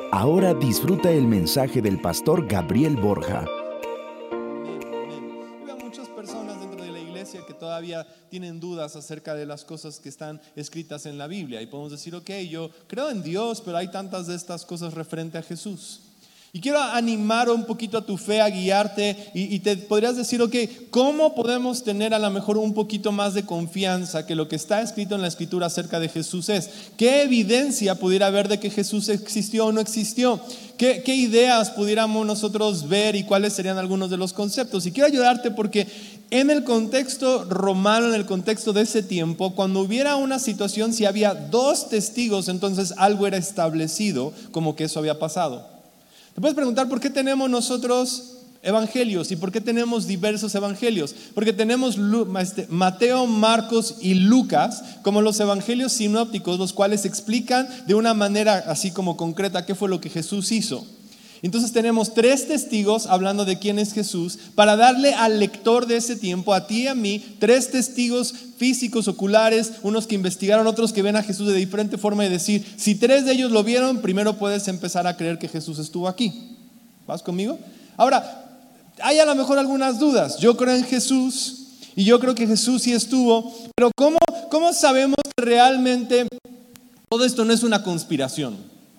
Ahora disfruta el mensaje del pastor Gabriel Borja. Veo muchas personas dentro de la iglesia que todavía tienen dudas acerca de las cosas que están escritas en la Biblia. Y podemos decir, ok, yo creo en Dios, pero hay tantas de estas cosas referente a Jesús. Y quiero animar un poquito a tu fe, a guiarte y te podrías decir, ok, ¿cómo podemos tener a lo mejor un poquito más de confianza que lo que está escrito en la Escritura acerca de Jesús es? ¿Qué evidencia pudiera haber de que Jesús existió o no existió? ¿Qué ideas pudiéramos nosotros ver y cuáles serían algunos de los conceptos? Y quiero ayudarte porque en el contexto romano, en el contexto de ese tiempo, cuando hubiera una situación, si había dos testigos, entonces algo era establecido como que eso había pasado. Te puedes preguntar por qué tenemos nosotros evangelios y por qué tenemos diversos evangelios. Porque tenemos Mateo, Marcos y Lucas como los evangelios sinópticos, los cuales explican de una manera así como concreta qué fue lo que Jesús hizo. Entonces tenemos tres testigos hablando de quién es Jesús para darle al lector de ese tiempo, a ti y a mí, tres testigos físicos, oculares, unos que investigaron, otros que ven a Jesús de diferente forma y decir, si tres de ellos lo vieron, primero puedes empezar a creer que Jesús estuvo aquí. ¿Vas conmigo? Ahora, hay a lo mejor algunas dudas. Yo creo en Jesús y yo creo que Jesús sí estuvo, pero ¿cómo sabemos que realmente todo esto no es una conspiración?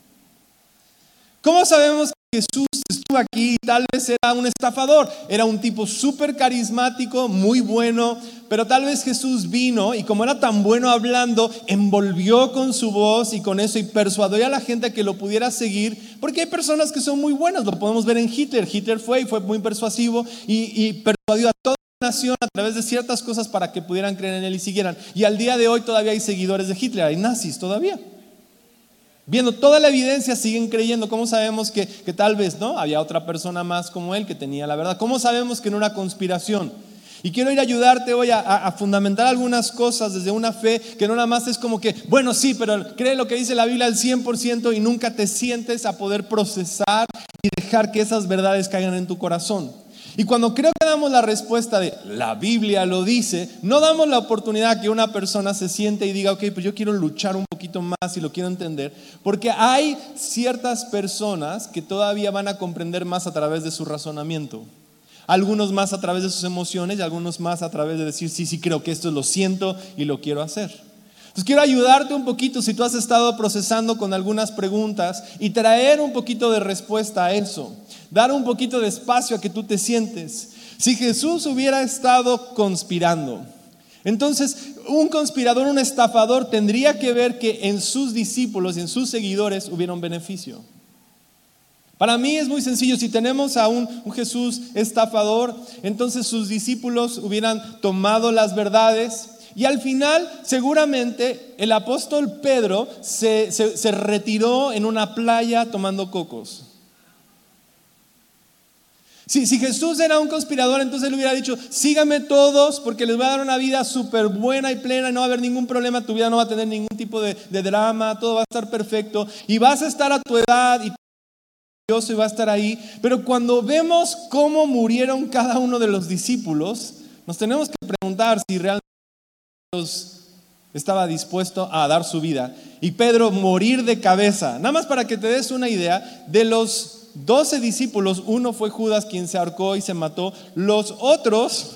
¿Cómo sabemos que Jesús estuvo aquí y tal vez era un estafador? Era un tipo súper carismático, muy bueno, pero tal vez Jesús vino y como era tan bueno hablando, envolvió con su voz y con eso y persuadió a la gente a que lo pudiera seguir, porque hay personas que son muy buenas, lo podemos ver en Hitler. Hitler fue muy persuasivo y persuadió a toda la nación a través de ciertas cosas para que pudieran creer en él y siguieran. Y al día de hoy todavía hay seguidores de Hitler, hay nazis todavía. Viendo toda la evidencia siguen creyendo. ¿Cómo sabemos que tal vez no había otra persona más como él que tenía la verdad? ¿Cómo sabemos que no era una conspiración? Y quiero ir a ayudarte hoy a fundamentar algunas cosas desde una fe que no nada más es como que, bueno, sí, pero cree lo que dice la Biblia al 100% y nunca te sientes a poder procesar y dejar que esas verdades caigan en tu corazón. Y cuando creo que damos la respuesta de la Biblia lo dice, no damos la oportunidad que una persona se siente y diga, ok, pues yo quiero luchar un poquito más y lo quiero entender, porque hay ciertas personas que todavía van a comprender más a través de su razonamiento. Algunos más a través de sus emociones y algunos más a través de decir, sí, creo que esto lo siento y lo quiero hacer. Entonces quiero ayudarte un poquito si tú has estado procesando con algunas preguntas y traer un poquito de respuesta a eso. Dar un poquito de espacio a que tú te sientes. Si Jesús hubiera estado conspirando, entonces un conspirador, un estafador tendría que ver que en sus discípulos y en sus seguidores hubiera un beneficio. Para mí es muy sencillo. Si tenemos a un Jesús estafador, entonces sus discípulos hubieran tomado las verdades y al final seguramente el apóstol Pedro se retiró en una playa tomando cocos. Si Jesús era un conspirador, entonces le hubiera dicho, síganme todos porque les voy a dar una vida súper buena y plena y no va a haber ningún problema, tu vida no va a tener ningún tipo de drama, todo va a estar perfecto y vas a estar a tu edad y y va a estar ahí. Pero cuando vemos cómo murieron cada uno de los discípulos, nos tenemos que preguntar si realmente Dios estaba dispuesto a dar su vida y Pedro morir de cabeza. Nada más para que te des una idea, de los 12 discípulos, uno fue Judas quien se ahorcó y se mató. Los otros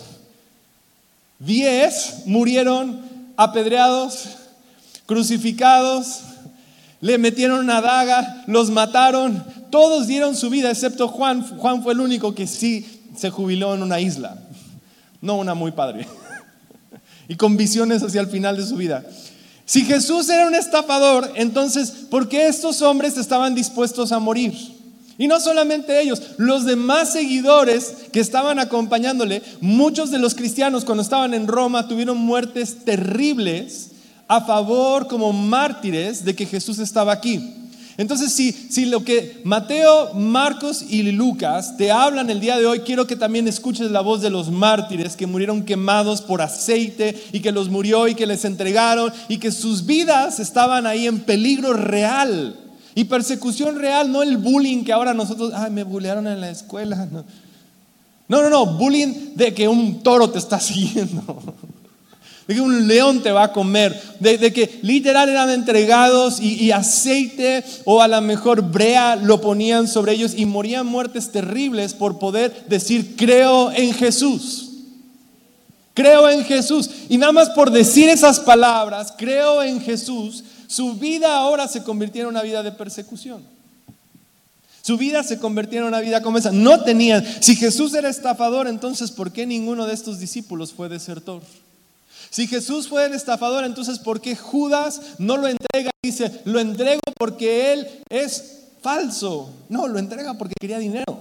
10 murieron apedreados, crucificados, le metieron una daga, los mataron. Todos dieron su vida excepto Juan. Juan fue el único que sí se jubiló en una isla, no una muy padre, y con visiones hacia el final de su vida. Si Jesús era un estafador, entonces ¿por qué estos hombres estaban dispuestos a morir? Y no solamente ellos, los demás seguidores que estaban acompañándole, muchos de los cristianos cuando estaban en Roma tuvieron muertes terribles a favor como mártires de que Jesús estaba aquí. Entonces si lo que Mateo, Marcos y Lucas te hablan el día de hoy, quiero que también escuches la voz de los mártires que murieron quemados por aceite y que los murió y que les entregaron y que sus vidas estaban ahí en peligro real y persecución real, no el bullying que ahora nosotros, me bullearon en la escuela. No, bullying de que un toro te está siguiendo. de que un león te va a comer, de que literal eran entregados y aceite o a lo mejor brea lo ponían sobre ellos y morían muertes terribles por poder decir creo en Jesús. Creo en Jesús. Y nada más por decir esas palabras, creo en Jesús, su vida ahora se convirtió en una vida de persecución. Su vida se convirtió en una vida como esa. No tenían, si Jesús era estafador, entonces ¿por qué ninguno de estos discípulos fue desertor? Si Jesús fue el estafador, entonces ¿por qué Judas no lo entrega? Dice, lo entrego porque él es falso. No, lo entrega porque quería dinero.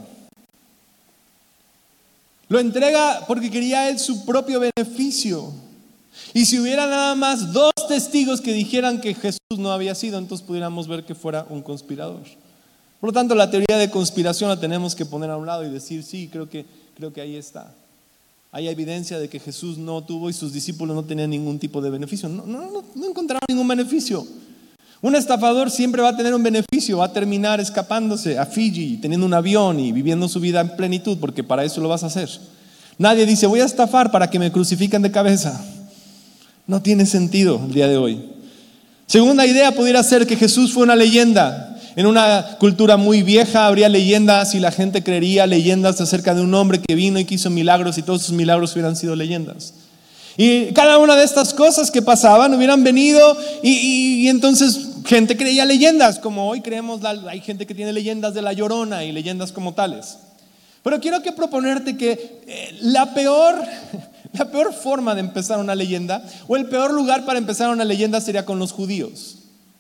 Lo entrega porque quería él su propio beneficio. Y si hubiera nada más 2 testigos que dijeran que Jesús no había sido, entonces pudiéramos ver que fuera un conspirador. Por lo tanto, la teoría de conspiración la tenemos que poner a un lado y decir, sí, creo que ahí está. Hay evidencia de que Jesús no tuvo y sus discípulos no tenían ningún tipo de beneficio. No encontraron ningún beneficio. Un estafador siempre va a tener un beneficio, va a terminar escapándose a Fiji, teniendo un avión y viviendo su vida en plenitud, porque para eso lo vas a hacer. Nadie dice, voy a estafar para que me crucifiquen de cabeza. No tiene sentido el día de hoy. Segunda idea pudiera ser que Jesús fue una leyenda. En una cultura muy vieja habría leyendas y la gente creería leyendas acerca de un hombre que vino y que hizo milagros y todos sus milagros hubieran sido leyendas. Y cada una de estas cosas que pasaban hubieran venido y entonces gente creía leyendas, como hoy creemos, hay gente que tiene leyendas de La Llorona y leyendas como tales. Pero quiero proponerte que la peor forma de empezar una leyenda o el peor lugar para empezar una leyenda sería con los judíos.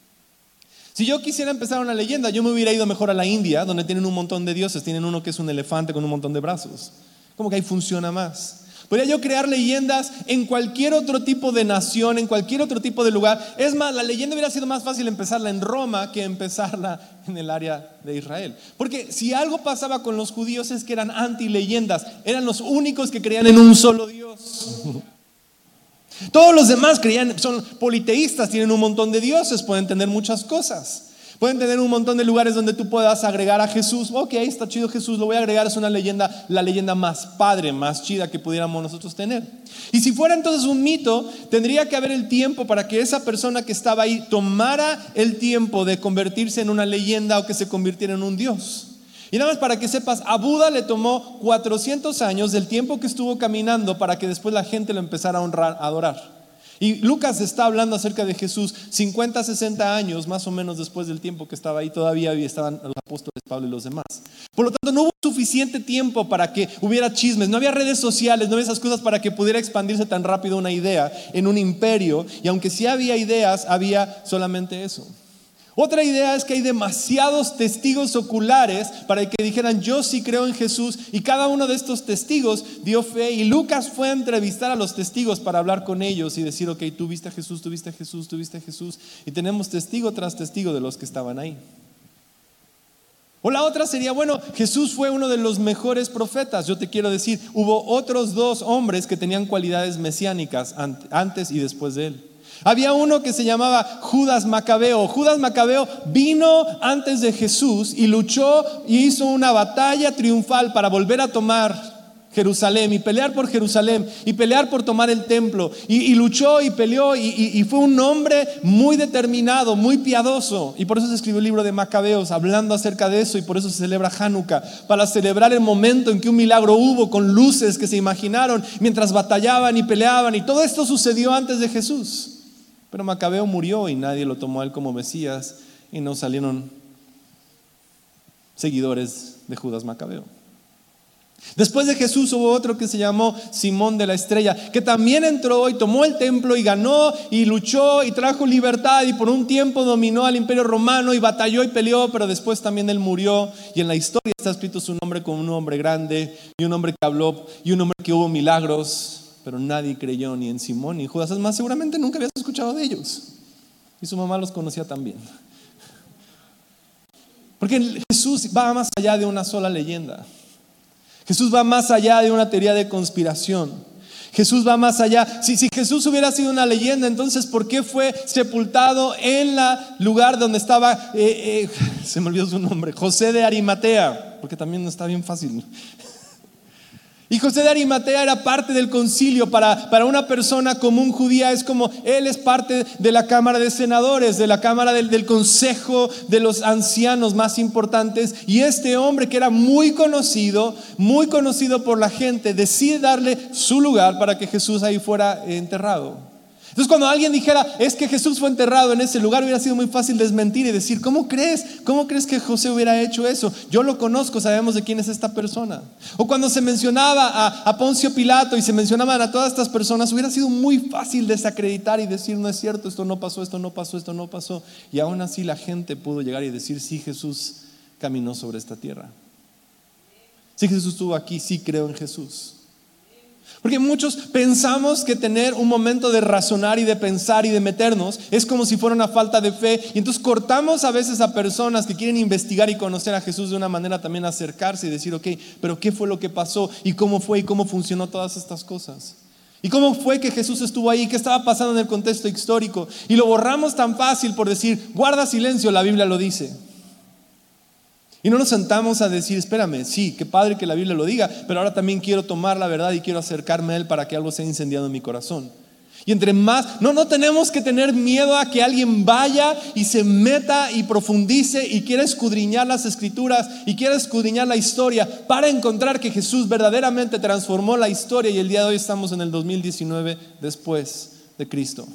Si yo quisiera empezar una leyenda, yo me hubiera ido mejor a la India, donde tienen un montón de dioses. Tienen uno que es un elefante con un montón de brazos. Como que ahí funciona más. Podría yo crear leyendas en cualquier otro tipo de nación, en cualquier otro tipo de lugar. Es más, la leyenda hubiera sido más fácil empezarla en Roma que empezarla en el área de Israel. Porque si algo pasaba con los judíos es que eran anti-leyendas. Eran los únicos que creían en un solo Dios. Todos los demás son politeístas, tienen un montón de dioses, pueden tener muchas cosas. Pueden tener un montón de lugares donde tú puedas agregar a Jesús. Ok, está chido Jesús, lo voy a agregar, es una leyenda, la leyenda más padre, más chida que pudiéramos nosotros tener. Y si fuera entonces un mito, tendría que haber el tiempo para que esa persona que estaba ahí tomara el tiempo de convertirse en una leyenda o que se convirtiera en un dios. Y nada más para que sepas, a Buda le tomó 400 años del tiempo que estuvo caminando para que después la gente lo empezara a honrar, a adorar. Y Lucas está hablando acerca de Jesús 50, 60 años más o menos después del tiempo que estaba ahí, todavía estaban los apóstoles Pablo y los demás. Por lo tanto, no hubo suficiente tiempo para que hubiera chismes, no había redes sociales, no había esas cosas para que pudiera expandirse tan rápido una idea en un imperio. Y aunque sí había ideas, había solamente eso. Otra idea es que hay demasiados testigos oculares para que dijeran yo sí creo en Jesús, y cada uno de estos testigos dio fe y Lucas fue a entrevistar a los testigos para hablar con ellos y decir ok, tú viste a Jesús, tú viste a Jesús, tú viste a Jesús, y tenemos testigo tras testigo de los que estaban ahí. O la otra sería, bueno, Jesús fue uno de los mejores profetas. Yo te quiero decir, hubo otros 2 hombres que tenían cualidades mesiánicas antes y después de él. Había uno que se llamaba Judas Macabeo. Judas Macabeo vino antes de Jesús y luchó y hizo una batalla triunfal para volver a tomar Jerusalén y pelear por Jerusalén y pelear por tomar el templo. Y luchó y peleó y fue un hombre muy determinado, muy piadoso. Y por eso se escribió el libro de Macabeos hablando acerca de eso, y por eso se celebra Hanukkah, para celebrar el momento en que un milagro hubo con luces que se imaginaron mientras batallaban y peleaban. Y todo esto sucedió antes de Jesús. Pero Macabeo murió y nadie lo tomó a él como Mesías y no salieron seguidores de Judas Macabeo. Después de Jesús hubo otro que se llamó Simón de la Estrella, que también entró y tomó el templo y ganó y luchó y trajo libertad y por un tiempo dominó al imperio romano y batalló y peleó, pero después también él murió. Y en la historia está escrito su nombre como un hombre grande y un hombre que habló y un hombre que hubo milagros. Pero nadie creyó ni en Simón ni en Judas. Es más, seguramente nunca habías escuchado de ellos. Y su mamá los conocía también. Porque Jesús va más allá de una sola leyenda. Jesús va más allá de una teoría de conspiración. Jesús va más allá. Si Jesús hubiera sido una leyenda, entonces ¿por qué fue sepultado en el lugar donde estaba, se me olvidó su nombre, José de Arimatea? Porque también no está bien fácil. Y José de Arimatea era parte del concilio. Para una persona común judía es como él es parte de la cámara de senadores, de la cámara del consejo de los ancianos más importantes. Y este hombre que era muy conocido por la gente, decide darle su lugar para que Jesús ahí fuera enterrado. Entonces cuando alguien dijera, es que Jesús fue enterrado en ese lugar, hubiera sido muy fácil desmentir y decir, ¿cómo crees? ¿Cómo crees que José hubiera hecho eso? Yo lo conozco, sabemos de quién es esta persona. O cuando se mencionaba a Poncio Pilato y se mencionaban a todas estas personas, hubiera sido muy fácil desacreditar y decir, no es cierto, esto no pasó, esto no pasó, esto no pasó. Y aún así la gente pudo llegar y decir, sí, Jesús caminó sobre esta tierra. Sí, Jesús estuvo aquí, sí creo en Jesús. Porque muchos pensamos que tener un momento de razonar y de pensar y de meternos es como si fuera una falta de fe. Y entonces cortamos a veces a personas que quieren investigar y conocer a Jesús de una manera también acercarse y decir, ok, pero ¿qué fue lo que pasó? ¿Y cómo fue? ¿Y cómo funcionó todas estas cosas? ¿Y cómo fue que Jesús estuvo ahí? ¿Qué estaba pasando en el contexto histórico? Y lo borramos tan fácil por decir, guarda silencio, la Biblia lo dice. Y no nos sentamos a decir, espérame, sí, qué padre que la Biblia lo diga, pero ahora también quiero tomar la verdad y quiero acercarme a Él para que algo sea incendiado en mi corazón. Y entre más, no tenemos que tener miedo a que alguien vaya y se meta y profundice y quiera escudriñar las escrituras y quiera escudriñar la historia para encontrar que Jesús verdaderamente transformó la historia y el día de hoy estamos en el 2019 después de Cristo.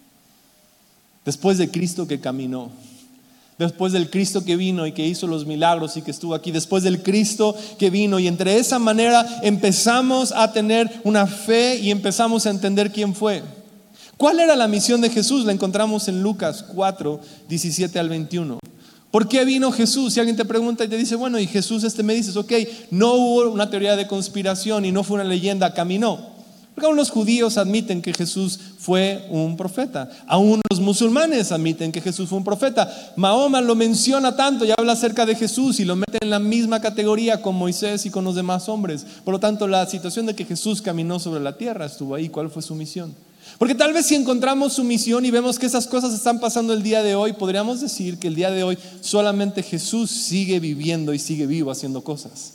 Después de Cristo que caminó. Después del Cristo que vino y que hizo los milagros y que estuvo aquí. Después del Cristo que vino. Y entre esa manera empezamos a tener una fe y empezamos a entender quién fue. ¿Cuál era la misión de Jesús? La encontramos en Lucas 4, 17 al 21. ¿Por qué vino Jesús? Si alguien te pregunta y te dice, bueno, y Jesús me dices, ok, no hubo una teoría de conspiración y no fue una leyenda, caminó. Porque aún los judíos admiten que Jesús fue un profeta. Aún los musulmanes admiten que Jesús fue un profeta. Mahoma lo menciona tanto y habla acerca de Jesús y lo mete en la misma categoría con Moisés y con los demás hombres. Por lo tanto, la situación de que Jesús caminó sobre la tierra estuvo ahí. ¿Cuál fue su misión? Porque tal vez si encontramos su misión y vemos que esas cosas están pasando el día de hoy, podríamos decir que el día de hoy solamente Jesús sigue viviendo y sigue vivo haciendo cosas.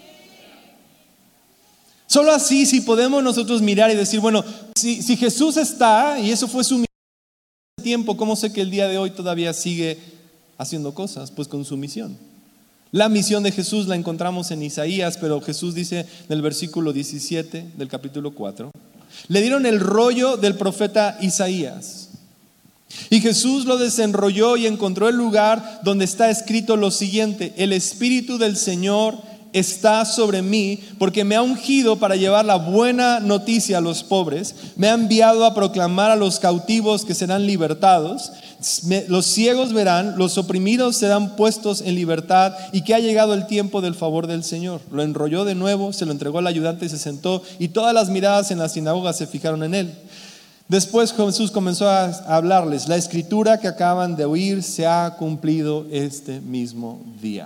Solo así, si podemos nosotros mirar y decir, bueno, si Jesús está y eso fue su misión en ese tiempo, ¿cómo sé que el día de hoy todavía sigue haciendo cosas? Pues con su misión. La misión de Jesús la encontramos en Isaías, pero Jesús dice en el versículo 17 del capítulo 4, le dieron el rollo del profeta Isaías. Y Jesús lo desenrolló y encontró el lugar donde está escrito lo siguiente: el Espíritu del Señor está sobre mí porque me ha ungido para llevar la buena noticia a los pobres, me ha enviado a proclamar a los cautivos que serán libertados, los ciegos verán, los oprimidos serán puestos en libertad y que ha llegado el tiempo del favor del Señor. Lo enrolló de nuevo, se lo entregó al ayudante y se sentó y todas las miradas en la sinagoga se fijaron en él. Después Jesús comenzó a hablarles, la escritura que acaban de oír se ha cumplido este mismo día.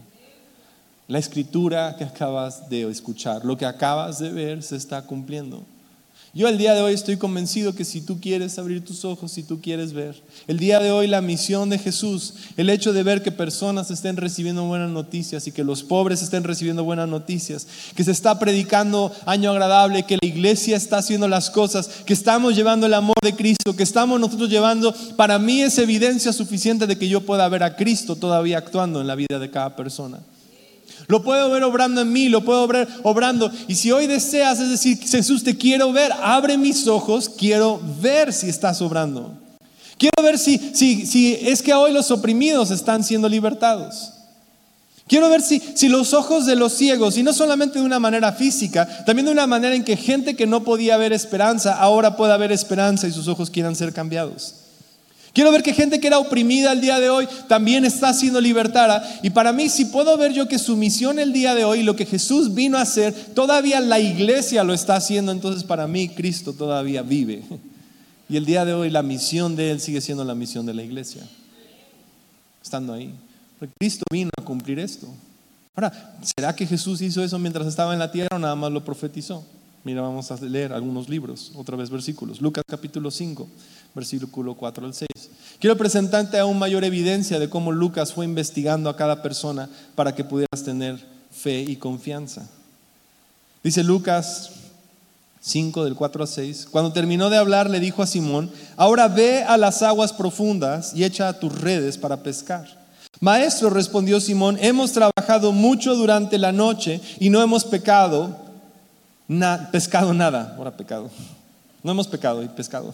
La escritura que acabas de escuchar, lo que acabas de ver se está cumpliendo. Yo el día de hoy estoy convencido que si tú quieres abrir tus ojos, si tú quieres ver, el día de hoy la misión de Jesús, el hecho de ver que personas estén recibiendo buenas noticias y que los pobres estén recibiendo buenas noticias, que se está predicando año agradable, que la iglesia está haciendo las cosas, que estamos llevando el amor de Cristo, que estamos nosotros llevando, para mí es evidencia suficiente de que yo pueda ver a Cristo todavía actuando en la vida de cada persona. Lo puedo ver obrando en mí, lo puedo ver obrando. Y si hoy deseas, es decir, Jesús, te quiero ver, abre mis ojos, quiero ver si estás obrando. Quiero ver si es que hoy los oprimidos están siendo libertados. Quiero ver si los ojos de los ciegos, y no solamente de una manera física, también de una manera en que gente que no podía ver esperanza, ahora pueda ver esperanza y sus ojos quieran ser cambiados. Quiero ver que gente que era oprimida el día de hoy también está siendo libertada. Y para mí, si puedo ver yo que su misión el día de hoy, lo que Jesús vino a hacer, todavía la iglesia lo está haciendo, entonces para mí Cristo todavía vive. Y el día de hoy la misión de Él sigue siendo la misión de la iglesia. Estando ahí. Porque Cristo vino a cumplir esto. Ahora, ¿será que Jesús hizo eso mientras estaba en la tierra o nada más lo profetizó? Mira, vamos a leer algunos libros, otra vez versículos. Lucas capítulo 5, versículo 4 al 6. Quiero presentarte aún mayor evidencia de cómo Lucas fue investigando a cada persona para que pudieras tener fe y confianza. Dice Lucas 5, del 4 al 6. Cuando terminó de hablar, le dijo a Simón: ahora ve a las aguas profundas y echa tus redes para pescar. Maestro, respondió Simón, hemos trabajado mucho durante la noche y no hemos pescado nada. Ahora pecado. No hemos pecado y pescado.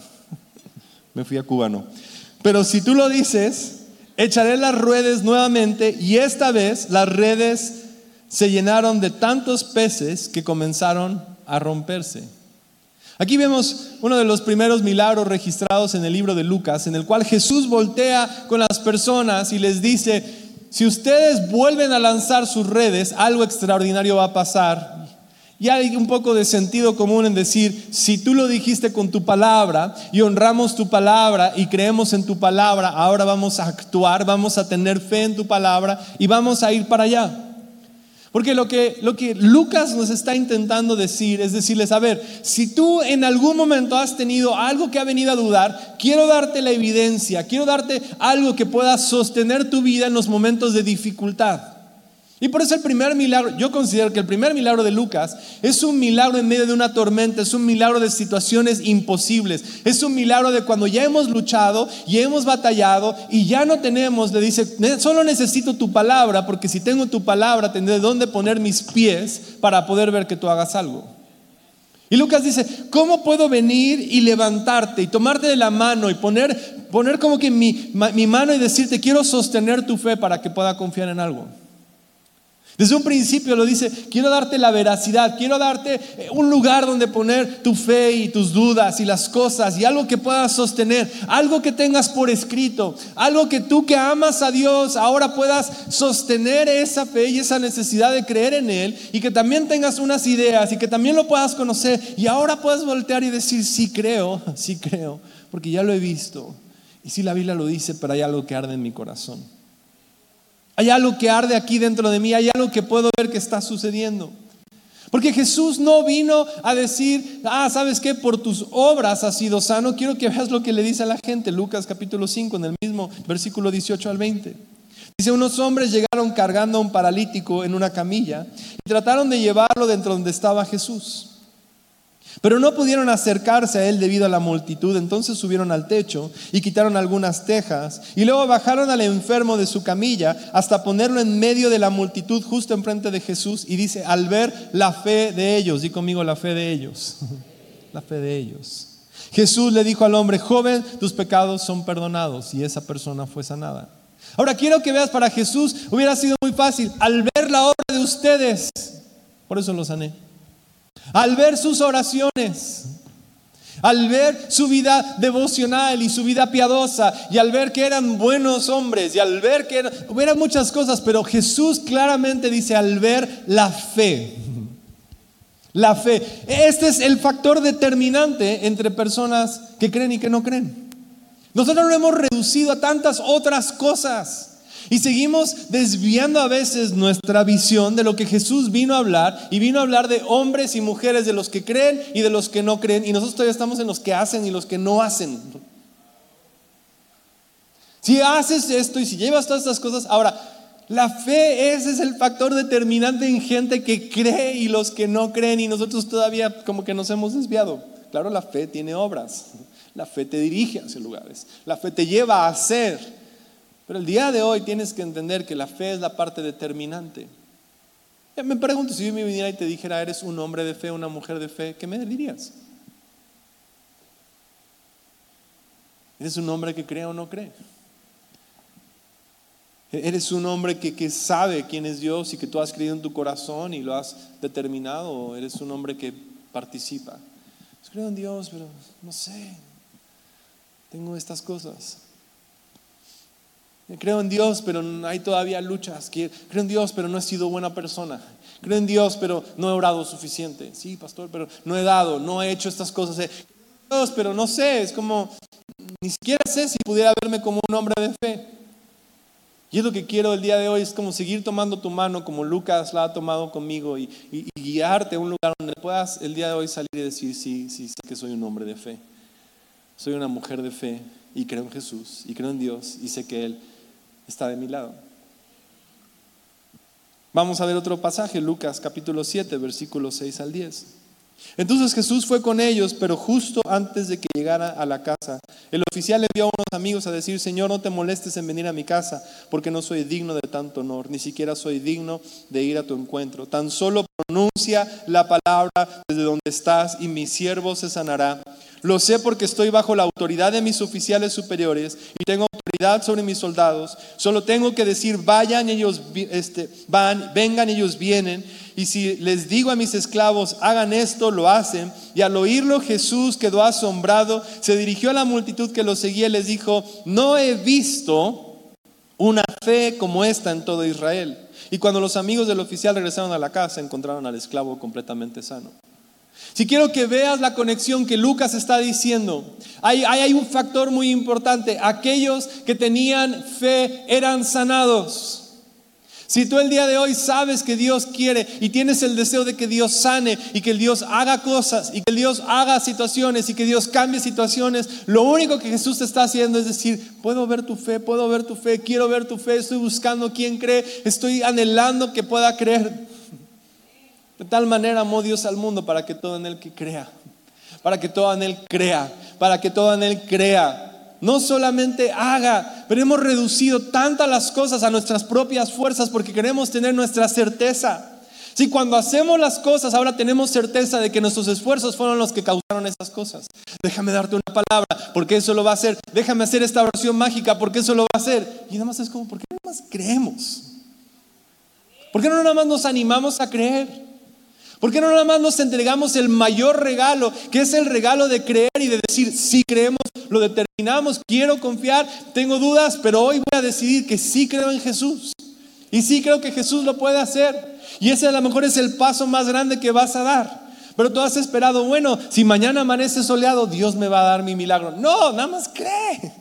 Me fui a cubano. Pero si tú lo dices, echaré las redes nuevamente, y esta vez las redes se llenaron de tantos peces que comenzaron a romperse. Aquí vemos uno de los primeros milagros registrados en el libro de Lucas, en el cual Jesús voltea con las personas y les dice: si ustedes vuelven a lanzar sus redes, algo extraordinario va a pasar. Y hay un poco de sentido común en decir: si tú lo dijiste con tu palabra y honramos tu palabra y creemos en tu palabra, ahora vamos a actuar, vamos a tener fe en tu palabra y vamos a ir para allá. Porque lo que Lucas nos está intentando decir es decirles: a ver, si tú en algún momento has tenido algo que ha venido a dudar, quiero darte la evidencia, quiero darte algo que pueda sostener tu vida en los momentos de dificultad. Y por eso el primer milagro, yo considero que el primer milagro de Lucas es un milagro en medio de una tormenta, es un milagro de situaciones imposibles, es un milagro de cuando ya hemos luchado y hemos batallado y ya no tenemos. Le dice: solo necesito tu palabra, porque si tengo tu palabra tendré dónde poner mis pies para poder ver que tú hagas algo. Y Lucas dice: ¿cómo puedo venir y levantarte y tomarte de la mano y poner como que mi mano y decirte: quiero sostener tu fe para que pueda confiar en algo? Desde un principio lo dice: quiero darte la veracidad, quiero darte un lugar donde poner tu fe y tus dudas y las cosas, y algo que puedas sostener, algo que tengas por escrito, algo que tú, que amas a Dios, ahora puedas sostener esa fe y esa necesidad de creer en Él, y que también tengas unas ideas y que también lo puedas conocer, y ahora puedas voltear y decir: sí creo, porque ya lo he visto, y sí, la Biblia lo dice, pero hay algo que arde en mi corazón. Hay algo que arde aquí dentro de mí, hay algo que puedo ver que está sucediendo. Porque Jesús no vino a decir: ¿sabes qué? Por tus obras has sido sano. Quiero que veas lo que le dice a la gente. Lucas capítulo 5, en el mismo versículo 18 al 20. Dice: unos hombres llegaron cargando a un paralítico en una camilla y trataron de llevarlo dentro donde estaba Jesús. Pero no pudieron acercarse a él debido a la multitud. Entonces subieron al techo y quitaron algunas tejas, y luego bajaron al enfermo de su camilla hasta ponerlo en medio de la multitud, justo enfrente de Jesús. Y dice: al ver la fe de ellos, di conmigo, la fe de ellos. La fe de ellos. Jesús le dijo al hombre: joven, tus pecados son perdonados. Y esa persona fue sanada. Ahora quiero que veas, para Jesús hubiera sido muy fácil: al ver la obra de ustedes, por eso lo sané. Al ver sus oraciones, al ver su vida devocional y su vida piadosa, y al ver que eran buenos hombres, y al ver que eran muchas cosas, pero Jesús claramente dice: al ver la fe. La fe. Este es el factor determinante entre personas que creen y que no creen. Nosotros lo hemos reducido a tantas otras cosas. Y seguimos desviando a veces nuestra visión de lo que Jesús vino a hablar. Y vino a hablar de hombres y mujeres, de los que creen y de los que no creen. Y nosotros todavía estamos en los que hacen y los que no hacen. Si haces esto y si llevas todas estas cosas, ahora, la fe, ese es el factor determinante en gente que cree y los que no creen. Y nosotros todavía como que nos hemos desviado. Claro, la fe tiene obras. La fe te dirige hacia lugares. La fe te lleva a hacer. Pero el día de hoy tienes que entender que la fe es la parte determinante. Me pregunto, si yo me viniera y te dijera: eres un hombre de fe, una mujer de fe, ¿qué me dirías? ¿Eres un hombre que cree o no cree? ¿Eres un hombre que sabe quién es Dios y que tú has creído en tu corazón y lo has determinado? ¿O eres un hombre que participa? Yo creo en Dios, pero no sé, tengo estas cosas. Creo en Dios, pero hay todavía luchas. Creo en Dios, pero no he sido buena persona. Creo en Dios, pero no he orado suficiente. Sí, pastor, pero no he dado, no he hecho estas cosas. Creo en Dios, pero no sé, es como, ni siquiera sé si pudiera verme como un hombre de fe. Y es lo que quiero el día de hoy, es como seguir tomando tu mano como Lucas la ha tomado conmigo y guiarte a un lugar donde puedas el día de hoy salir y decir: sí, sé que soy un hombre de fe. Soy una mujer de fe y creo en Jesús y creo en Dios y sé que Él está de mi lado. Vamos a ver otro pasaje, Lucas capítulo 7, versículos 6 al 10. Entonces Jesús fue con ellos, pero justo antes de que llegara a la casa, el oficial envió a unos amigos a decir: Señor, no te molestes en venir a mi casa, porque no soy digno de tanto honor, ni siquiera soy digno de ir a tu encuentro. Tan solo pronuncia la palabra desde donde estás y mi siervo se sanará. Lo sé porque estoy bajo la autoridad de mis oficiales superiores y tengo autoridad sobre mis soldados. Solo tengo que decir: vayan, ellos van, vengan, ellos vienen. Y si les digo a mis esclavos: hagan esto, lo hacen. Y al oírlo Jesús quedó asombrado, se dirigió a la multitud que lo seguía y les dijo: no he visto una fe como esta en todo Israel. Y cuando los amigos del oficial regresaron a la casa, encontraron al esclavo completamente sano. Si quiero que veas la conexión que Lucas está diciendo, hay un factor muy importante. Aquellos que tenían fe eran sanados. Si tú el día de hoy sabes que Dios quiere y tienes el deseo de que Dios sane y que Dios haga cosas y que Dios haga situaciones y que Dios cambie situaciones, lo único que Jesús te está haciendo es decir: puedo ver tu fe, quiero ver tu fe, estoy buscando quien cree, estoy anhelando que pueda creer. De tal manera amó Dios al mundo para que todo en él que crea, para que todo en él crea, para que todo en él crea. No solamente haga, pero hemos reducido tantas las cosas a nuestras propias fuerzas porque queremos tener nuestra certeza. Si cuando hacemos las cosas ahora tenemos certeza de que nuestros esfuerzos fueron los que causaron esas cosas. Déjame darte una palabra porque eso lo va a hacer. Déjame hacer esta oración mágica porque eso lo va a hacer. Y nada más es como: ¿por qué nada más creemos? ¿Por qué no nada más nos animamos a creer? ¿Por qué no nada más nos entregamos el mayor regalo, que es el regalo de creer y de decir: sí creemos, lo determinamos, quiero confiar, tengo dudas, pero hoy voy a decidir que sí creo en Jesús y sí creo que Jesús lo puede hacer? Y ese a lo mejor es el paso más grande que vas a dar. Pero tú has esperado: bueno, si mañana amanece soleado, Dios me va a dar mi milagro. No, nada más cree.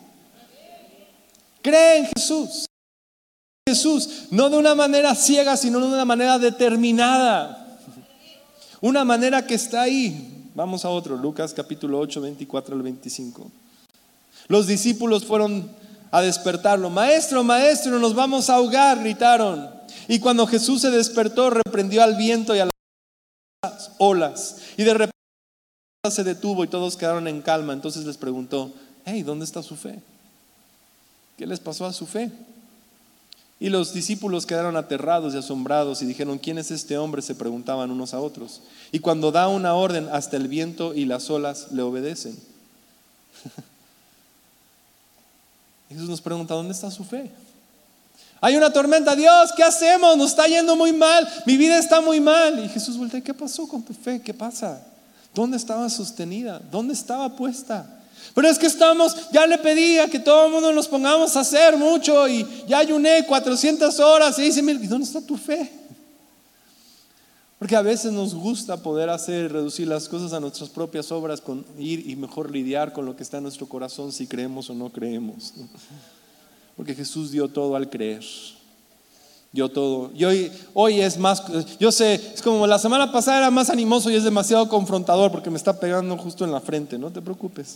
Cree en Jesús. Jesús, no de una manera ciega, sino de una manera determinada. Una manera que está ahí. Vamos a otro, Lucas capítulo 8, 24 al 25. Los discípulos fueron a despertarlo. Maestro, maestro, nos vamos a ahogar, gritaron. Y cuando Jesús se despertó, reprendió al viento y a las olas. Y de repente se detuvo y todos quedaron en calma. Entonces les preguntó: hey, ¿dónde está su fe? ¿Qué les pasó a su fe? Y los discípulos quedaron aterrados y asombrados y dijeron: ¿quién es este hombre?, se preguntaban unos a otros. Y cuando da una orden, hasta el viento y las olas le obedecen. Jesús nos pregunta: ¿dónde está su fe? Hay una tormenta. Dios, ¿qué hacemos? Nos está yendo muy mal, mi vida está muy mal. Y Jesús voltea: ¿qué pasó con tu fe? ¿Qué pasa? ¿Dónde estaba sostenida? ¿Dónde estaba puesta? Pero es que ya le pedía que todo el mundo nos pongamos a hacer mucho y ya ayuné 400 horas y dice: ¿y dónde está tu fe? Porque a veces nos gusta poder reducir las cosas a nuestras propias obras, con ir y mejor lidiar con lo que está en nuestro corazón, si creemos o no creemos. Porque Jesús dio todo al creer. Dio todo. Y hoy es más, yo sé, es como la semana pasada era más animoso y es demasiado confrontador porque me está pegando justo en la frente. No te preocupes.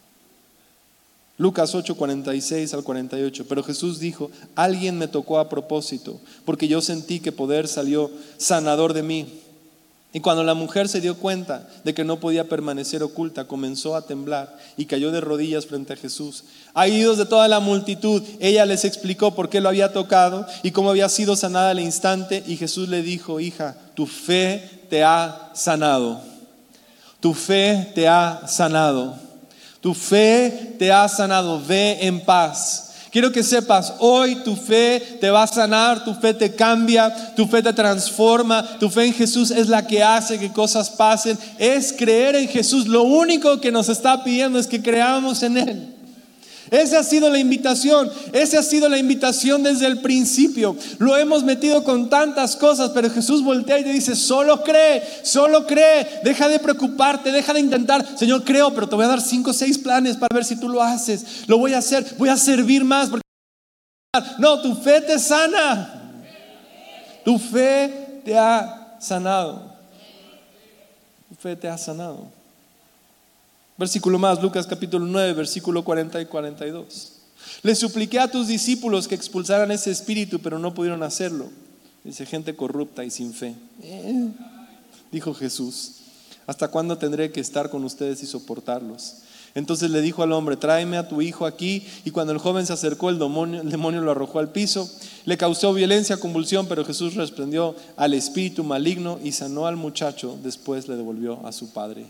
Lucas 8, 46 al 48. Pero Jesús dijo: alguien me tocó a propósito, porque yo sentí que poder salió sanador de mí. Y cuando la mujer se dio cuenta de que no podía permanecer oculta, comenzó a temblar y cayó de rodillas frente a Jesús. Oídos de toda la multitud, ella les explicó por qué lo había tocado y cómo había sido sanada al instante. Y Jesús le dijo: hija, tu fe te ha sanado. Tu fe te ha sanado. Tu fe te ha sanado, ve en paz. Quiero que sepas, hoy tu fe te va a sanar, tu fe te cambia, tu fe te transforma, tu fe en Jesús es la que hace que cosas pasen. Es creer en Jesús. Lo único que nos está pidiendo es que creamos en Él. Esa ha sido la invitación desde el principio. Lo hemos metido con tantas cosas, pero Jesús voltea y te dice: solo cree, deja de preocuparte, deja de intentar. Señor, creo, pero te voy a dar 5 o 6 planes para ver si tú lo haces. Lo voy a hacer, voy a servir más porque... No, tu fe te sana. Tu fe te ha sanado. Tu fe te ha sanado. Versículo más, Lucas capítulo 9, versículo 40 y 42. Le supliqué a tus discípulos que expulsaran ese espíritu, pero no pudieron hacerlo. Dice, gente corrupta y sin fe. Dijo Jesús, ¿hasta cuándo tendré que estar con ustedes y soportarlos? Entonces le dijo al hombre, tráeme a tu hijo aquí. Y cuando el joven se acercó, el demonio lo arrojó al piso. Le causó violencia, convulsión, pero Jesús reprendió al espíritu maligno y sanó al muchacho. Después le devolvió a su padre.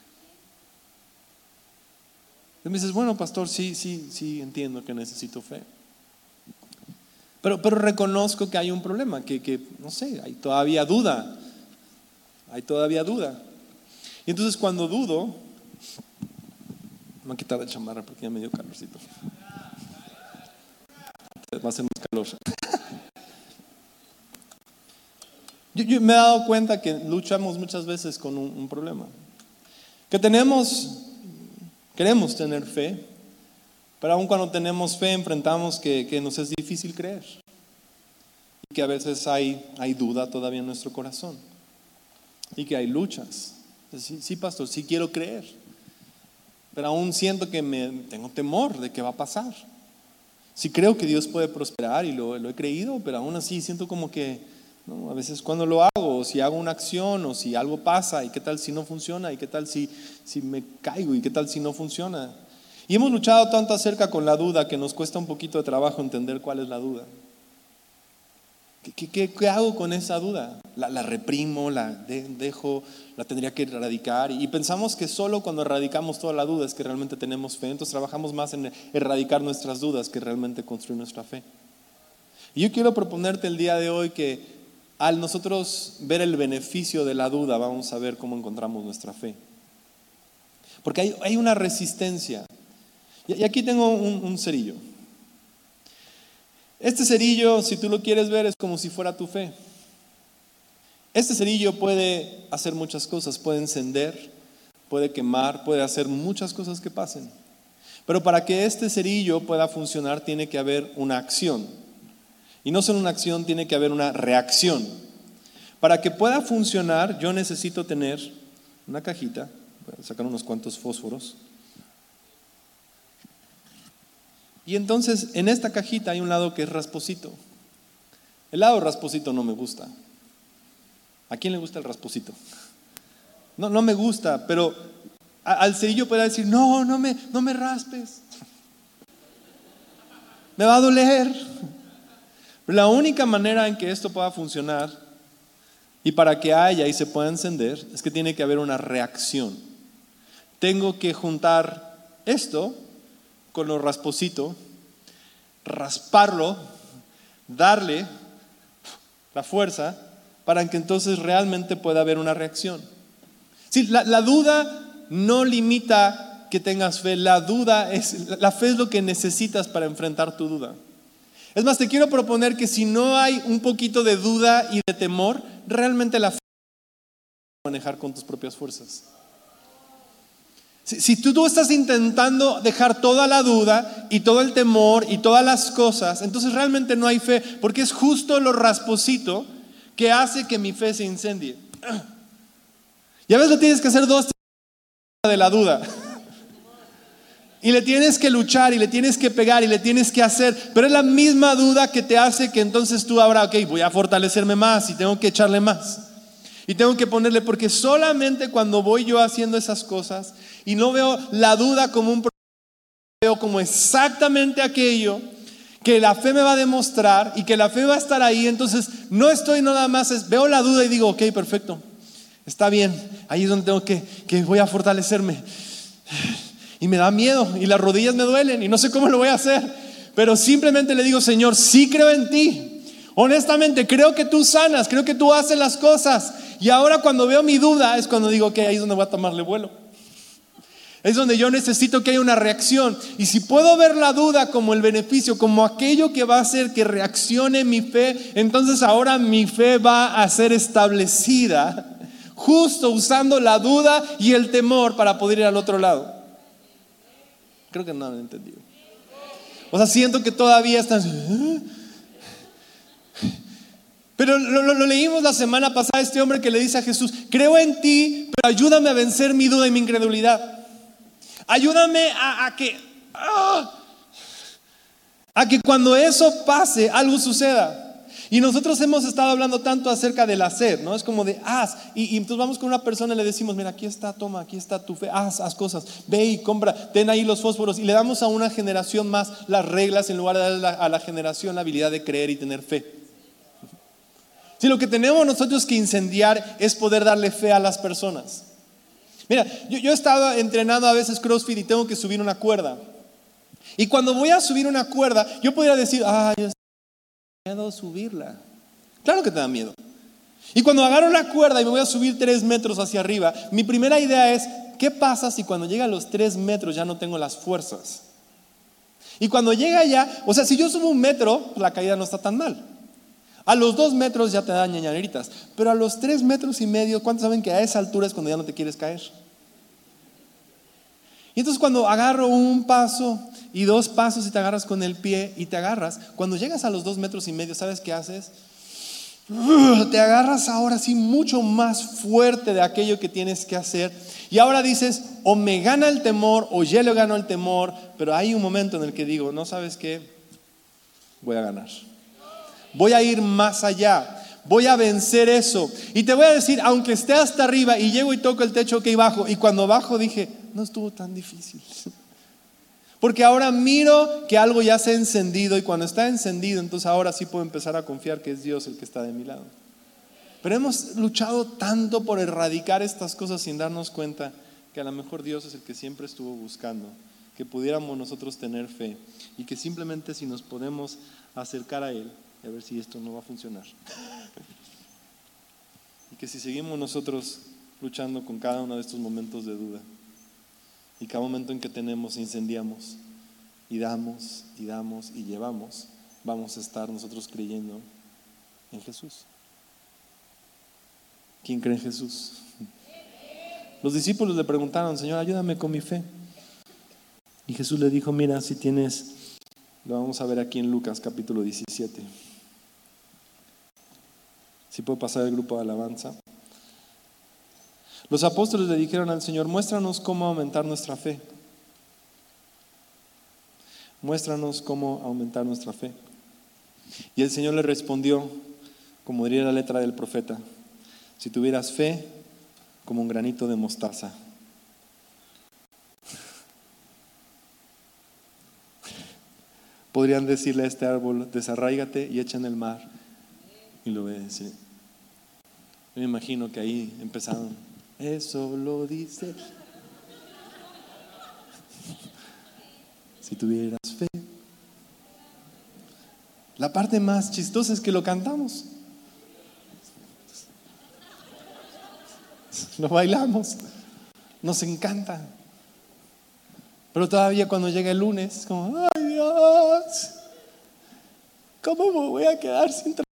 Y me dices, bueno, pastor, sí, entiendo que necesito fe. Pero reconozco que hay un problema, que no sé, hay todavía duda. Y entonces cuando dudo, me voy a quitar la chamarra porque ya me dio calorcito. Va a ser más calor. Yo me he dado cuenta que luchamos muchas veces con un problema. Que queremos tener fe, pero aun cuando tenemos fe enfrentamos que nos es difícil creer. Y que a veces hay duda todavía en nuestro corazón. Y que hay luchas. Sí, pastor, sí quiero creer. Pero aún siento que tengo temor de qué va a pasar. Sí creo que Dios puede prosperar y lo he creído, pero aún así siento como que, ¿no? A veces cuando lo hago, o si hago una acción, o si algo pasa, y qué tal si no funciona, y qué tal si me caigo, y qué tal si no funciona. Y hemos luchado tanto acerca con la duda que nos cuesta un poquito de trabajo entender cuál es la duda. ¿Qué hago con esa duda? La reprimo, la dejo, la tendría que erradicar. Y pensamos que solo cuando erradicamos toda la duda es que realmente tenemos fe. Entonces trabajamos más en erradicar nuestras dudas que realmente construir nuestra fe. Y yo quiero proponerte el día de hoy que al nosotros ver el beneficio de la duda, vamos a ver cómo encontramos nuestra fe. Porque hay una resistencia. Y aquí tengo un cerillo. Este cerillo, si tú lo quieres ver, es como si fuera tu fe. Este cerillo puede hacer muchas cosas, puede encender, puede quemar, puede hacer muchas cosas que pasen. Pero para que este cerillo pueda funcionar tiene que haber una acción. Y no solo una acción, tiene que haber una reacción. Para que pueda funcionar, yo necesito tener una cajita, voy a sacar unos cuantos fósforos. Y entonces en esta cajita hay un lado que es rasposito. El lado rasposito no me gusta. ¿A quién le gusta el rasposito? No me gusta, pero al cerillo puede decir, no me raspes. Me va a doler. Pero la única manera en que esto pueda funcionar y para que haya y se pueda encender es que tiene que haber una reacción. Tengo que juntar esto con lo rasposito, rasparlo, darle la fuerza para que entonces realmente pueda haber una reacción. Sí, la duda no limita que tengas fe, la fe es lo que necesitas para enfrentar tu duda. Es más, te quiero proponer que si no hay un poquito de duda y de temor, realmente la fe no puedes manejar con tus propias fuerzas. Si tú estás intentando dejar toda la duda y todo el temor y todas las cosas, entonces realmente no hay fe, porque es justo lo rasposito que hace que mi fe se incendie. Y a veces lo tienes que hacer de la duda. Y le tienes que luchar y le tienes que pegar y le tienes que hacer, pero es la misma duda que te hace que entonces tú ahora, ok, voy a fortalecerme más y tengo que echarle más. Y tengo que ponerle, porque solamente cuando voy yo haciendo esas cosas y no veo la duda como un problema, veo como exactamente aquello que la fe me va a demostrar y que la fe va a estar ahí, entonces no estoy nada más, veo la duda y digo, ok, perfecto, está bien, ahí es donde tengo que voy a fortalecerme. Y me da miedo y las rodillas me duelen y no sé cómo lo voy a hacer, pero simplemente le digo, Señor, sí creo en ti. Honestamente, creo que tú sanas, creo que tú haces las cosas. Y ahora cuando veo mi duda es cuando digo que ahí es donde voy a tomarle vuelo. Es donde yo necesito que haya una reacción. Y si puedo ver la duda como el beneficio, como aquello que va a hacer que reaccione mi fe, entonces ahora mi fe va a ser establecida justo usando la duda y el temor para poder ir al otro lado. Creo que no lo he entendido. O sea, siento que todavía están... Pero lo leímos la semana pasada, este hombre que le dice a Jesús, creo en ti, pero ayúdame a vencer mi duda y mi incredulidad. Ayúdame a que cuando eso pase, algo suceda. Y nosotros hemos estado hablando tanto acerca del hacer, ¿no? Es como de haz. Y entonces vamos con una persona y le decimos, mira, aquí está, toma, aquí está tu fe, haz cosas, ve y compra, ten ahí los fósforos. Y le damos a una generación más las reglas en lugar de darle a la generación la habilidad de creer y tener fe. Si lo que tenemos nosotros que incendiar es poder darle fe a las personas. Mira, yo he estado entrenando a veces CrossFit y tengo que subir una cuerda. Y cuando voy a subir una cuerda, yo podría decir, yo miedo subirla. Claro que te da miedo. Y cuando agarro la cuerda y me voy a subir 3 metros hacia arriba, mi primera idea es, ¿qué pasa si cuando llega a los 3 metros ya no tengo las fuerzas? Y cuando llega allá, o sea, si yo subo 1 metro, la caída no está tan mal. A los 2 metros ya te dan ñañaritas, pero a los 3 metros y medio, ¿cuántos saben que a esa altura es cuando ya no te quieres caer? Y entonces cuando agarro 1 paso y 2 pasos y te agarras con el pie y te agarras, cuando llegas a los 2 metros y medio, ¿sabes qué haces? Te agarras ahora sí mucho más fuerte de aquello que tienes que hacer. Y ahora dices, o me gana el temor o ya le gano el temor, pero hay un momento en el que digo, no, ¿sabes qué? Voy a ganar. Voy a ir más allá. Voy a vencer eso. Y te voy a decir, aunque esté hasta arriba y llego y toco el techo, ok, bajo. Y cuando bajo dije, no estuvo tan difícil. Porque ahora miro que algo ya se ha encendido. Y cuando está encendido, entonces ahora sí puedo empezar a confiar que es Dios el que está de mi lado. Pero hemos luchado tanto por erradicar estas cosas sin darnos cuenta que a lo mejor Dios es el que siempre estuvo buscando que pudiéramos nosotros tener fe. Y que simplemente si nos podemos acercar a Él, a ver si esto no va a funcionar. Y que si seguimos nosotros luchando con cada uno de estos momentos de duda, y cada momento en que tenemos incendiamos, y damos, y damos, y llevamos, vamos a estar nosotros creyendo en Jesús. ¿Quién cree en Jesús? Los discípulos le preguntaron, Señor, ayúdame con mi fe. Y Jesús le dijo, mira, si tienes, lo vamos a ver aquí en Lucas capítulo 17. Si puede pasar el grupo de alabanza. Los apóstoles le dijeron al Señor, muéstranos cómo aumentar nuestra fe. Muéstranos cómo aumentar nuestra fe. Y el Señor le respondió, como diría la letra del profeta, si tuvieras fe como un granito de mostaza. Podrían decirle a este árbol, desarráigate y echa en el mar. Y lo obedece. Yo me imagino que ahí empezaron, eso lo dice. Si tuvieras fe. La parte más chistosa es que lo cantamos. Lo bailamos. Nos encanta. Pero todavía cuando llega el lunes, es como, ay Dios, ¿cómo me voy a quedar sin trabajo?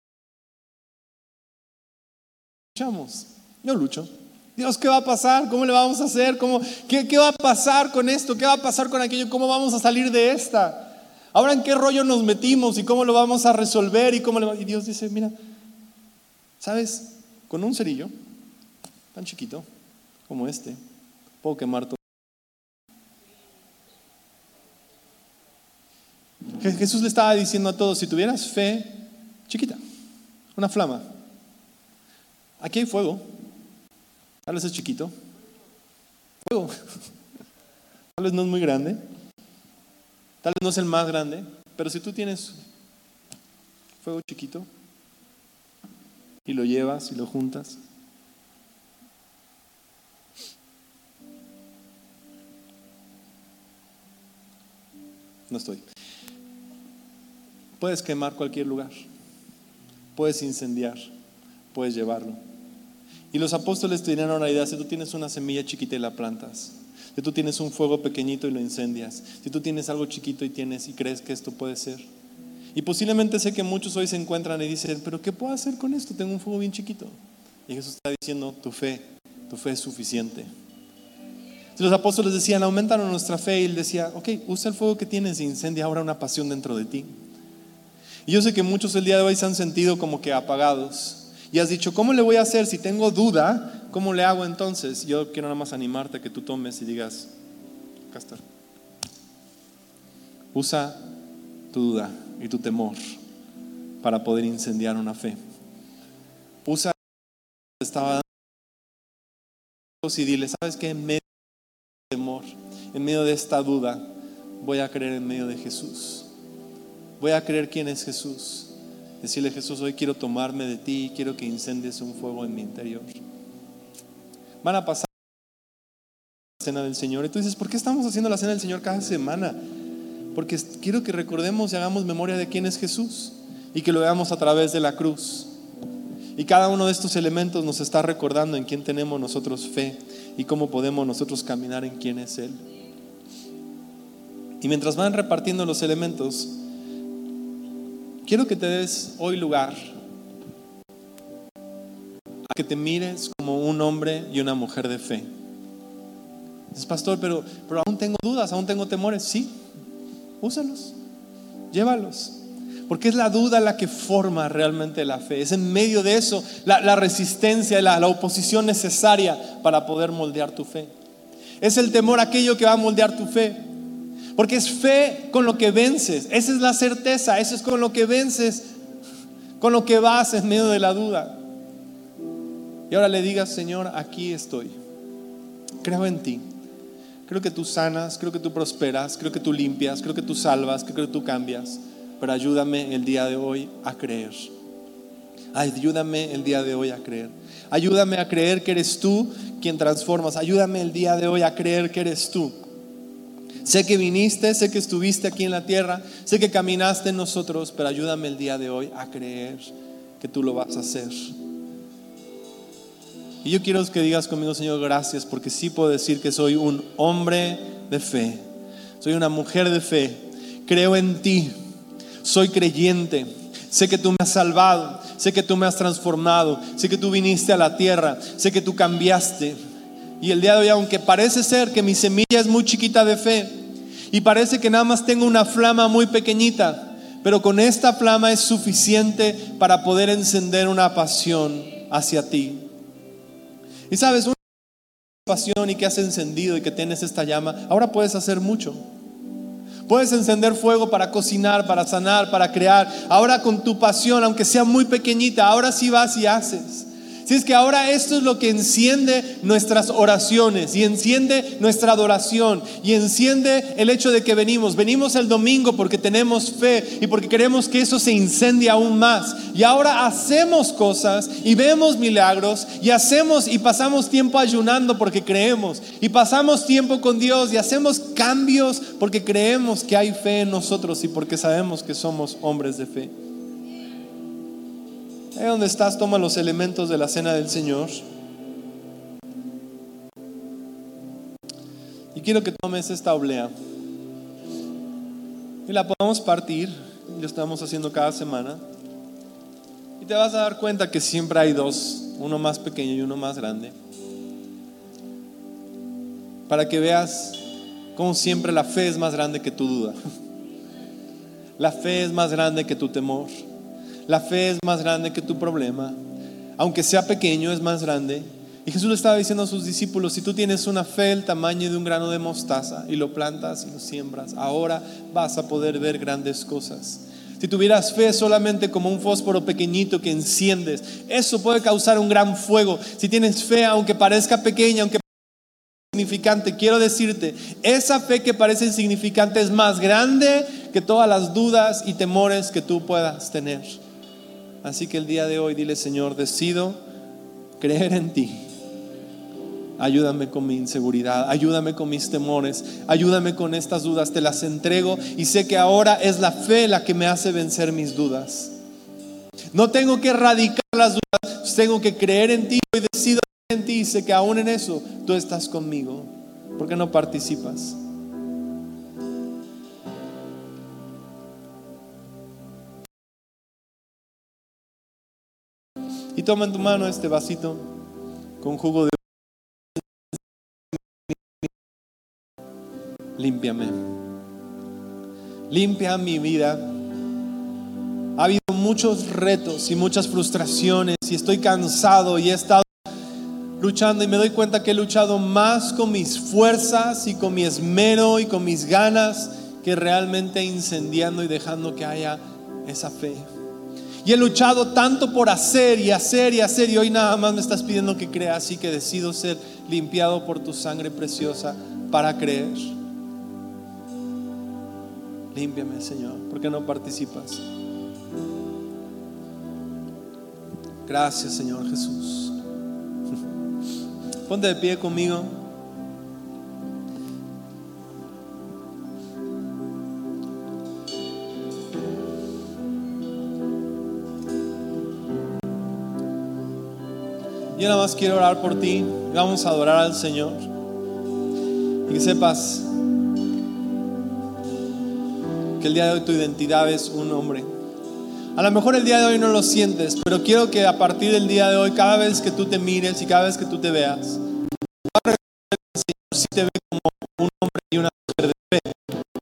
Luchamos. Yo lucho. Dios, ¿qué va a pasar? ¿Cómo le vamos a hacer? ¿Qué va a pasar con esto? ¿Qué va a pasar con aquello? ¿Cómo vamos a salir de esta? Ahora, ¿en qué rollo nos metimos? ¿Y cómo lo vamos a resolver? Y Dios dice, mira, ¿sabes? Con un cerillo tan chiquito como este, puedo quemar todo. Jesús le estaba diciendo a todos, si tuvieras fe chiquita, una flama, aquí hay fuego, tal vez es chiquito, fuego, tal vez no es muy grande, tal vez no es el más grande, pero si tú tienes fuego chiquito y lo llevas y lo juntas, no estoy. Puedes quemar cualquier lugar, puedes incendiar, puedes llevarlo. Y los apóstoles tenían una idea, si tú tienes una semilla chiquita y la plantas, si tú tienes un fuego pequeñito y lo incendias, si tú tienes algo chiquito y crees que esto puede ser. Y posiblemente sé que muchos hoy se encuentran y dicen, pero ¿qué puedo hacer con esto? Tengo un fuego bien chiquito. Y Jesús está diciendo, tu fe es suficiente. Si los apóstoles decían, aumentaron nuestra fe, y él decía, ok, usa el fuego que tienes e incendia ahora una pasión dentro de ti. Y yo sé que muchos el día de hoy se han sentido como que apagados. Y has dicho, ¿cómo le voy a hacer? Si tengo duda, ¿cómo le hago entonces? Yo quiero nada más animarte a que tú tomes y digas, acá está. Usa tu duda y tu temor para poder incendiar una fe. Usa lo que estaba dando y dile, ¿sabes qué? En medio de temor, en medio de esta duda, voy a creer en medio de Jesús. Voy a creer quién es Jesús. Decirle, Jesús, hoy quiero tomarme de ti y quiero que incendies un fuego en mi interior. Van a pasar la cena del Señor y tú dices, ¿por qué estamos haciendo la cena del Señor cada semana? Porque quiero que recordemos y hagamos memoria de quién es Jesús y que lo veamos a través de la cruz. Y cada uno de estos elementos nos está recordando en quién tenemos nosotros fe y cómo podemos nosotros caminar en quién es Él. Y mientras van repartiendo los elementos, quiero que te des hoy lugar a que te mires como un hombre y una mujer de fe. Dices, pastor, pero aún tengo dudas, aún tengo temores. Sí, úsalos, llévalos. Porque es la duda la que forma realmente la fe. Es en medio de eso la resistencia, la oposición necesaria para poder moldear tu fe. Es el temor aquello que va a moldear tu fe. Porque es fe con lo que vences. Esa es la certeza, eso es con lo que vences, con lo que vas en medio de la duda. Y ahora le digas, Señor, aquí estoy. Creo en ti. Creo que tú sanas, creo que tú prosperas, creo que tú limpias, creo que tú salvas, creo que tú cambias. Pero ayúdame el día de hoy a creer. Ayúdame el día de hoy a creer. Ayúdame a creer que eres tú quien transformas. Ayúdame el día de hoy a creer que eres tú. Sé que viniste, sé que estuviste aquí en la tierra, sé que caminaste en nosotros, pero ayúdame el día de hoy a creer que tú lo vas a hacer. Y yo quiero que digas conmigo, Señor, gracias, porque sí puedo decir que soy un hombre de fe, soy una mujer de fe, creo en ti. Soy creyente, sé que tú me has salvado, sé que tú me has transformado, sé que tú viniste a la tierra, sé que tú cambiaste. Y el día de hoy, aunque parece ser que mi semilla es muy chiquita de fe y parece que nada más tengo una flama muy pequeñita, pero con esta flama es suficiente para poder encender una pasión hacia ti. Y sabes, una pasión y que has encendido y que tienes esta llama, ahora puedes hacer mucho. Puedes encender fuego para cocinar, para sanar, para crear. Ahora con tu pasión, aunque sea muy pequeñita, ahora sí vas y haces. Si es que ahora esto es lo que enciende nuestras oraciones y enciende nuestra adoración y enciende el hecho de que venimos el domingo porque tenemos fe y porque queremos que eso se incendie aún más. Y ahora hacemos cosas y vemos milagros y hacemos y pasamos tiempo ayunando porque creemos y pasamos tiempo con Dios y hacemos cambios porque creemos que hay fe en nosotros y porque sabemos que somos hombres de fe. Ahí donde estás, toma los elementos de la cena del Señor. Y quiero que tomes esta oblea y la podamos partir. Y lo estamos haciendo cada semana. Y te vas a dar cuenta que siempre hay dos, uno más pequeño y uno más grande. Para que veas cómo siempre la fe es más grande que tu duda. La fe es más grande que tu temor. La fe es más grande que tu problema. Aunque sea pequeño, es más grande. Y Jesús le estaba diciendo a sus discípulos, si tú tienes una fe del tamaño de un grano de mostaza y lo plantas y lo siembras, ahora vas a poder ver grandes cosas. Si tuvieras fe solamente como un fósforo pequeñito que enciendes, eso puede causar un gran fuego. Si tienes fe, aunque parezca pequeña, aunque parezca insignificante, quiero decirte, esa fe que parece insignificante es más grande que todas las dudas y temores que tú puedas tener. Así que el día de hoy dile, Señor, decido creer en ti. Ayúdame con mi inseguridad, ayúdame con mis temores, ayúdame con estas dudas, te las entrego y sé que ahora es la fe la que me hace vencer mis dudas. No tengo que erradicar las dudas, tengo que creer en ti. Hoy decido creer en ti y sé que aún en eso tú estás conmigo. ¿Por qué no participas? Y toma en tu mano este vasito con jugo de límpiame. Limpia mi vida. Ha habido muchos retos y muchas frustraciones y estoy cansado y he estado luchando y me doy cuenta que he luchado más con mis fuerzas y con mi esmero y con mis ganas que realmente incendiando y dejando que haya esa fe. Y he luchado tanto por hacer y hacer y hacer, y hoy nada más me estás pidiendo que crea, así que decido ser limpiado por tu sangre preciosa para creer. Límpiame, Señor. ¿Por qué no participas? Gracias, Señor Jesús. Ponte de pie conmigo. Yo nada más quiero orar por ti. Vamos a adorar al Señor. Y que sepas que el día de hoy tu identidad es un hombre. A lo mejor el día de hoy no lo sientes, pero quiero que a partir del día de hoy, cada vez que tú te mires y cada vez que tú te veas, el Señor sí te ve como un hombre y una mujer de fe.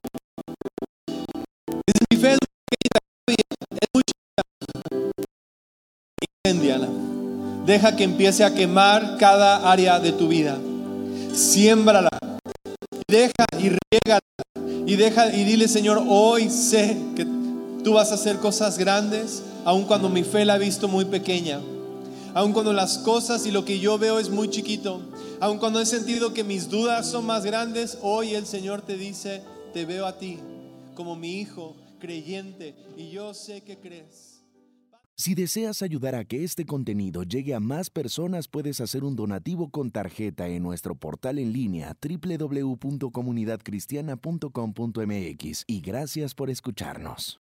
Dice, mi fe es muy pequeña, es muy chica. Incendiala. Deja que empiece a quemar cada área de tu vida. Siémbrala. Deja y riégala. Y dile, Señor, hoy sé que tú vas a hacer cosas grandes, aun cuando mi fe la he visto muy pequeña. Aun cuando las cosas y lo que yo veo es muy chiquito. Aun cuando he sentido que mis dudas son más grandes, hoy el Señor te dice, te veo a ti como mi hijo creyente y yo sé que crees. Si deseas ayudar a que este contenido llegue a más personas, puedes hacer un donativo con tarjeta en nuestro portal en línea www.comunidadcristiana.com.mx. Y gracias por escucharnos.